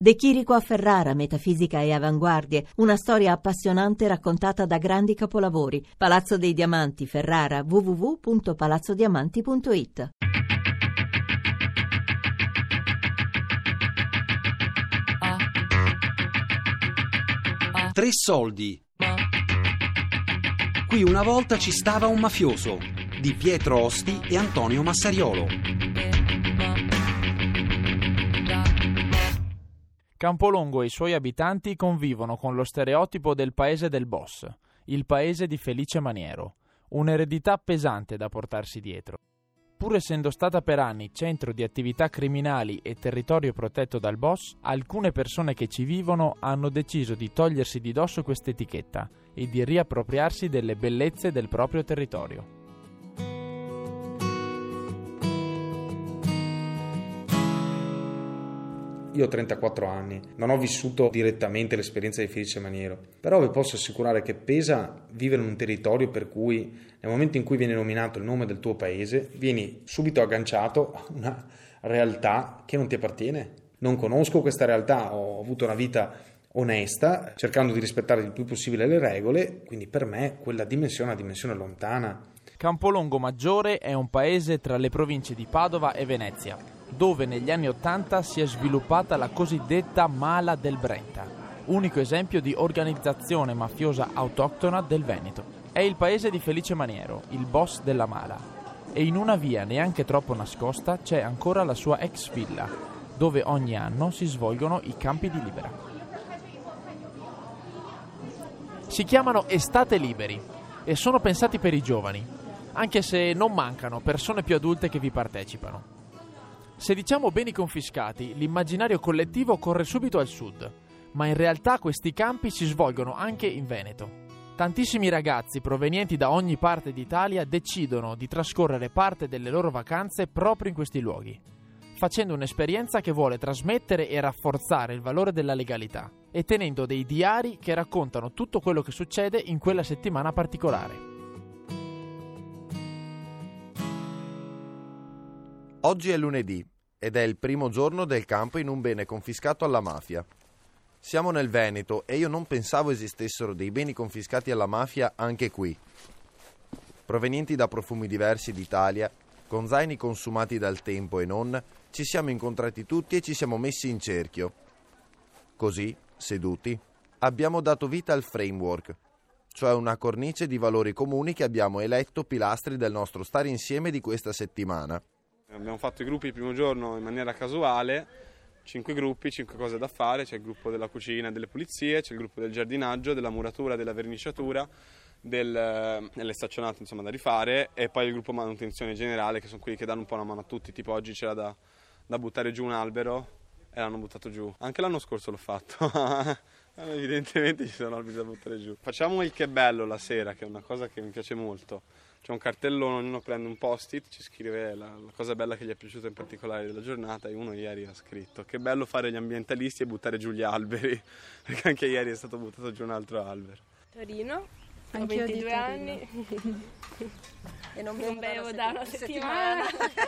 De Chirico a Ferrara, metafisica e avanguardie, una storia appassionante raccontata da grandi capolavori. Palazzo dei Diamanti, Ferrara, www.palazzodiamanti.it. Tre soldi. Qui una volta ci stava un mafioso, di Pietro Osti e Antonio Massariolo. Campolongo e i suoi abitanti convivono con lo stereotipo del paese del boss, il paese di Felice Maniero, un'eredità pesante da portarsi dietro. Pur essendo stata per anni centro di attività criminali e territorio protetto dal boss, alcune persone che ci vivono hanno deciso di togliersi di dosso quest'etichetta e di riappropriarsi delle bellezze del proprio territorio. Io ho 34 anni, non ho vissuto direttamente l'esperienza di Felice Maniero, però vi posso assicurare che pesa vivere in un territorio per cui nel momento in cui viene nominato il nome del tuo paese vieni subito agganciato a una realtà che non ti appartiene. Non conosco questa realtà, ho avuto una vita onesta, cercando di rispettare il più possibile le regole, quindi per me quella dimensione è una dimensione lontana. Campolongo Maggiore è un paese tra le province di Padova e Venezia, dove negli anni '80 si è sviluppata la cosiddetta Mala del Brenta, unico esempio di organizzazione mafiosa autoctona del Veneto. È il paese di Felice Maniero, il boss della Mala, e in una via neanche troppo nascosta c'è ancora la sua ex villa, dove ogni anno si svolgono i campi di libera. Si chiamano Estate Liberi e sono pensati per i giovani, anche se non mancano persone più adulte che vi partecipano. Se diciamo beni confiscati, l'immaginario collettivo corre subito al sud, ma in realtà questi campi si svolgono anche in Veneto. Tantissimi ragazzi provenienti da ogni parte d'Italia decidono di trascorrere parte delle loro vacanze proprio in questi luoghi, facendo un'esperienza che vuole trasmettere e rafforzare il valore della legalità e tenendo dei diari che raccontano tutto quello che succede in quella settimana particolare. Oggi è lunedì ed è il primo giorno del campo in un bene confiscato alla mafia. Siamo nel Veneto e io non pensavo esistessero dei beni confiscati alla mafia anche qui. Provenienti da profumi diversi d'Italia, con zaini consumati dal tempo e non, ci siamo incontrati tutti e ci siamo messi in cerchio. Così, seduti, abbiamo dato vita al framework, cioè una cornice di valori comuni che abbiamo eletto pilastri del nostro stare insieme di questa settimana. Abbiamo fatto i gruppi il primo giorno in maniera casuale, 5 gruppi, 5 cose da fare, c'è il gruppo della cucina e delle pulizie, c'è il gruppo del giardinaggio, della muratura, della verniciatura, delle staccionate insomma da rifare e poi il gruppo manutenzione generale che sono quelli che danno un po' una mano a tutti, tipo oggi c'era da buttare giù un albero e l'hanno buttato giù, anche l'anno scorso l'ho fatto, evidentemente ci sono alberi da buttare giù. Facciamo il che bello la sera, che è una cosa che mi piace molto. C'è un cartellone, ognuno prende un post-it, ci scrive la cosa bella che gli è piaciuta in particolare della giornata e uno ieri ha scritto che bello fare gli ambientalisti e buttare giù gli alberi, perché anche ieri è stato buttato giù un altro albero. Torino, ho Anch'io 22 anni e non bevo da una settimana.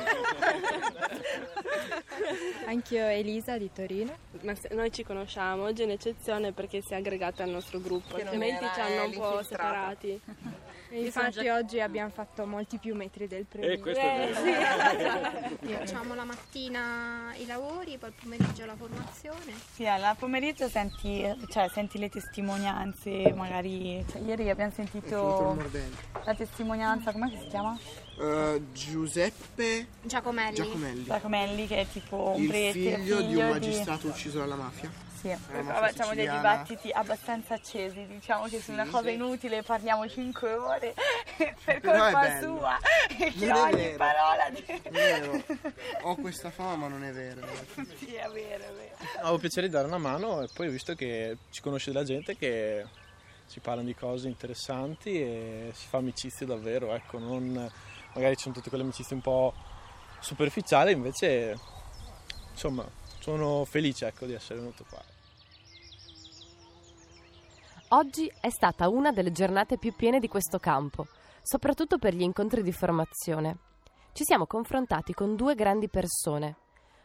Anch'io Elisa di Torino. Ma noi ci conosciamo, oggi è un'eccezione perché si è aggregata al nostro gruppo, altrimenti ci hanno un po' separati. Infatti oggi abbiamo fatto molti più metri del previsto. Facciamo la mattina i lavori, poi il pomeriggio la formazione. Sì, al pomeriggio senti le testimonianze, magari ieri abbiamo sentito la testimonianza, come si chiama? Giuseppe Giacomelli, che è tipo un il prete, figlio di un magistrato ucciso dalla mafia. Sì, facciamo dei dibattiti abbastanza accesi, diciamo che su una cosa inutile parliamo 5 ore per colpa sua e che ogni parola vero. Ho questa fama ma non è vero. Sì, è vero. Avevo piacere di dare una mano e poi ho visto che ci conosce della gente che ci parlano di cose interessanti e si fa amicizia davvero, ecco, non magari ci sono tutte quelle amicizie un po' superficiali, invece insomma sono felice, ecco, di essere venuto qua. Oggi è stata una delle giornate più piene di questo campo, soprattutto per gli incontri di formazione. Ci siamo confrontati con due grandi persone,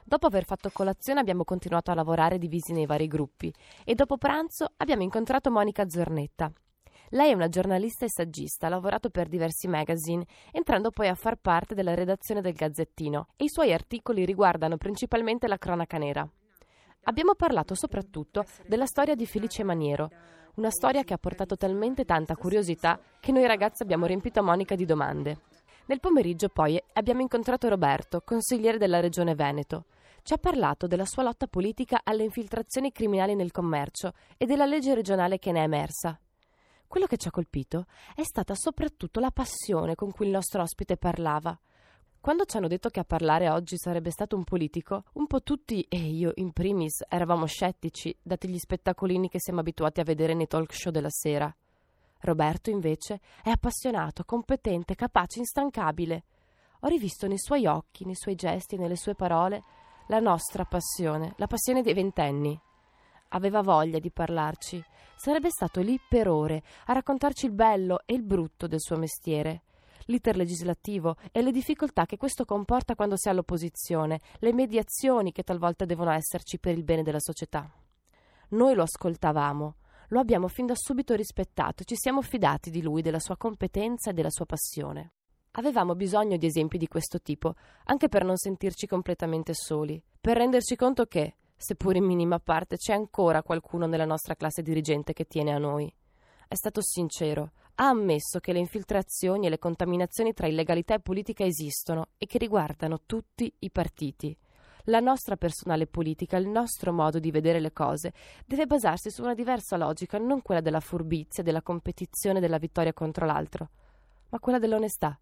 Dopo aver fatto colazione abbiamo continuato a lavorare divisi nei vari gruppi e dopo pranzo abbiamo incontrato Monica Zornetta. Lei è una giornalista e saggista, ha lavorato per diversi magazine, entrando poi a far parte della redazione del Gazzettino e i suoi articoli riguardano principalmente la cronaca nera. Abbiamo parlato soprattutto della storia di Felice Maniero, una storia che ha portato talmente tanta curiosità che noi ragazzi abbiamo riempito Monica di domande. Nel pomeriggio poi abbiamo incontrato Roberto, consigliere della Regione Veneto. Ci ha parlato della sua lotta politica alle infiltrazioni criminali nel commercio e della legge regionale che ne è emersa. Quello che ci ha colpito è stata soprattutto la passione con cui il nostro ospite parlava. Quando ci hanno detto che a parlare oggi sarebbe stato un politico, un po' tutti, e io in primis, eravamo scettici, dati gli spettacolini che siamo abituati a vedere nei talk show della sera. Roberto, invece, è appassionato, competente, capace, instancabile. Ho rivisto nei suoi occhi, nei suoi gesti e nelle sue parole la nostra passione, la passione dei 20enni. Aveva voglia di parlarci. Sarebbe stato lì per ore a raccontarci il bello e il brutto del suo mestiere, l'iter legislativo e le difficoltà che questo comporta quando si è all'opposizione, le mediazioni che talvolta devono esserci per il bene della società. Noi lo ascoltavamo, lo abbiamo fin da subito rispettato, ci siamo fidati di lui, della sua competenza e della sua passione. Avevamo bisogno di esempi di questo tipo, anche per non sentirci completamente soli, per renderci conto che, seppur in minima parte, c'è ancora qualcuno nella nostra classe dirigente che tiene a noi. È stato sincero, ha ammesso che le infiltrazioni e le contaminazioni tra illegalità e politica esistono e che riguardano tutti i partiti. La nostra personale politica, il nostro modo di vedere le cose, deve basarsi su una diversa logica, non quella della furbizia, della competizione, della vittoria contro l'altro, ma quella dell'onestà.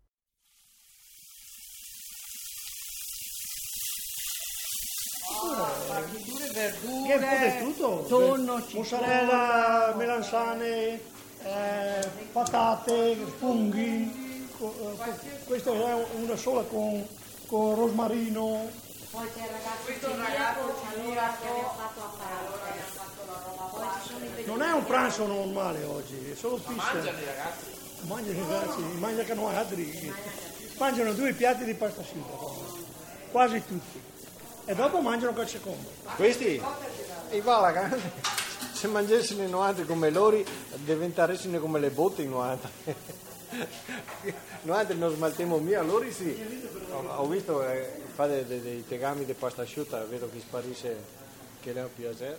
Verdure, tutto, tonno, mozzarella, melanzane, patate, funghi, questa è una sola con rosmarino. Poi c'è il ragazzo che abbiamo fatto a parte. Non è un pranzo normale oggi, è solo pizza. Mangiano i ragazzi? Mangiano i ragazzi, mangiano altri. Mangiano 2 piatti di pasta asciutta, quasi tutti. E dopo mangiano calcio combo. Questi? E va, se mangiassero i 90 come loro, diventeressero come le botte i 90. 90 non smaltiamo via, loro sì. Ho visto fare dei tegami di pasta asciutta, vedo che sparisce, che ne ho piacere.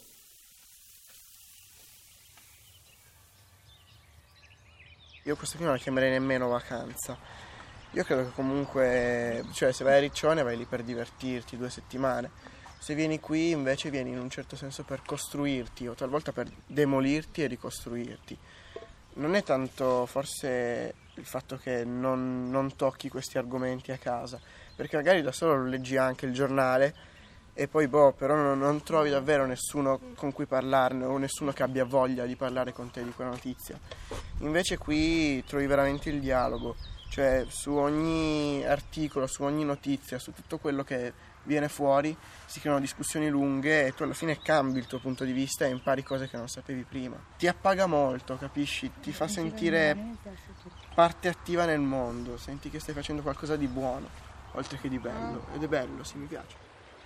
Io questo qui non la chiamerei nemmeno vacanza. Io credo che comunque, cioè se vai a Riccione vai lì per divertirti 2 settimane. Se vieni qui invece vieni in un certo senso per costruirti o talvolta per demolirti e ricostruirti. Non è tanto forse il fatto che non tocchi questi argomenti a casa, perché magari da solo lo leggi anche il giornale e poi però non trovi davvero nessuno con cui parlarne o nessuno che abbia voglia di parlare con te di quella notizia. Invece qui trovi veramente il dialogo, cioè su ogni articolo, su ogni notizia, su tutto quello che viene fuori si creano discussioni lunghe e tu alla fine cambi il tuo punto di vista e impari cose che non sapevi prima. Ti appaga molto, capisci? Ti fa sentire parte attiva nel mondo, senti che stai facendo qualcosa di buono, oltre che di bello. Ed è bello, sì, mi piace.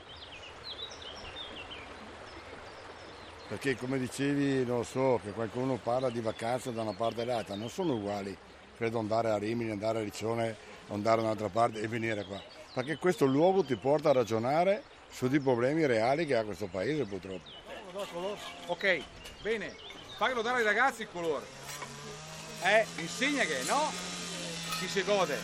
Perché come dicevi, non so, che qualcuno parla di vacanza da una parte all'altra, non sono uguali. Credo andare a Rimini, andare a Riccione, andare da un'altra parte e venire qua. Perché questo luogo ti porta a ragionare su dei problemi reali che ha questo paese purtroppo. Ok, bene, faglielo dare ai ragazzi il colore. Insegna che no, chi si gode.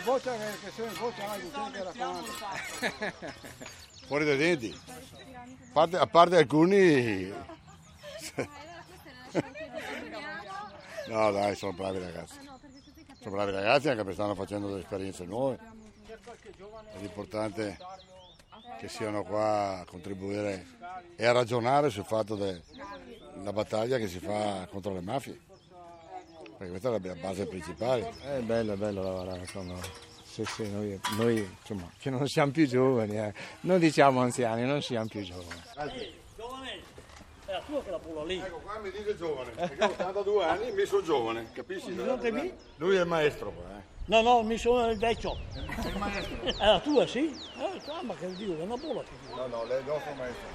Fuori dai denti. A parte alcuni. No dai, sono bravi ragazzi. Sono bravi ragazzi anche perché stanno facendo delle esperienze nuove. È importante che siano qua a contribuire e a ragionare sul fatto della battaglia che si fa contro le mafie. Perché questa è la base principale. È bello lavorare, insomma. Sì, noi insomma, che non siamo più giovani, non diciamo anziani, non siamo più giovani. È la tua che la pulla lì. Ecco, qua mi dice giovane, perché ho 82 anni e mi sono giovane, capisci? Non Lui è il maestro qua, No, mi sono il vecchio. È il maestro. È la tua, sì? Ma che Dio, è una bulla. No, lei è il nostro maestro.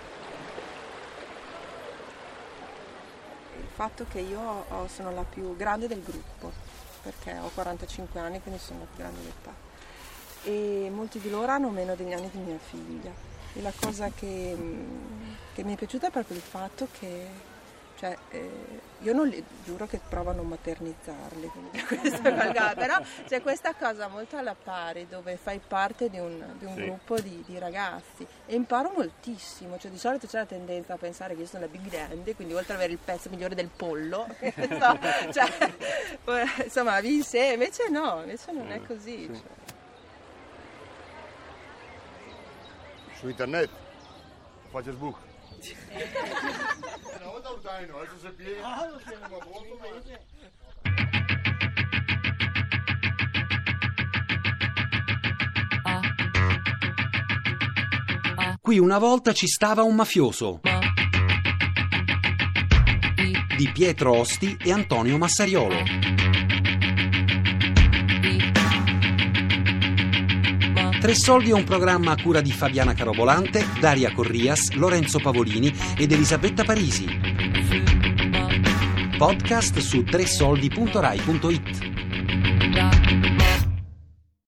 Il fatto che io sono la più grande del gruppo, perché ho 45 anni, quindi sono la più grande d'età. E molti di loro hanno meno degli anni di mia figlia. E la cosa che mi è piaciuta è proprio il fatto che, cioè, io non li giuro che provo a non maternizzarli, però c'è questa cosa molto alla pari dove fai parte di un gruppo di ragazzi e imparo moltissimo, cioè di solito c'è la tendenza a pensare che io sono la big band, quindi oltre ad avere il pezzo migliore del pollo, insomma vince, invece non è così. Sì. Su internet, su Facebook. Una volta un zaino, adesso si piega. Qui una volta ci stava un mafioso. Di Pietro Osti e Antonio Massariolo. Tre Soldi è un programma a cura di Fabiana Carobolante, Daria Corrias, Lorenzo Pavolini ed Elisabetta Parisi. Podcast su tresoldi.rai.it.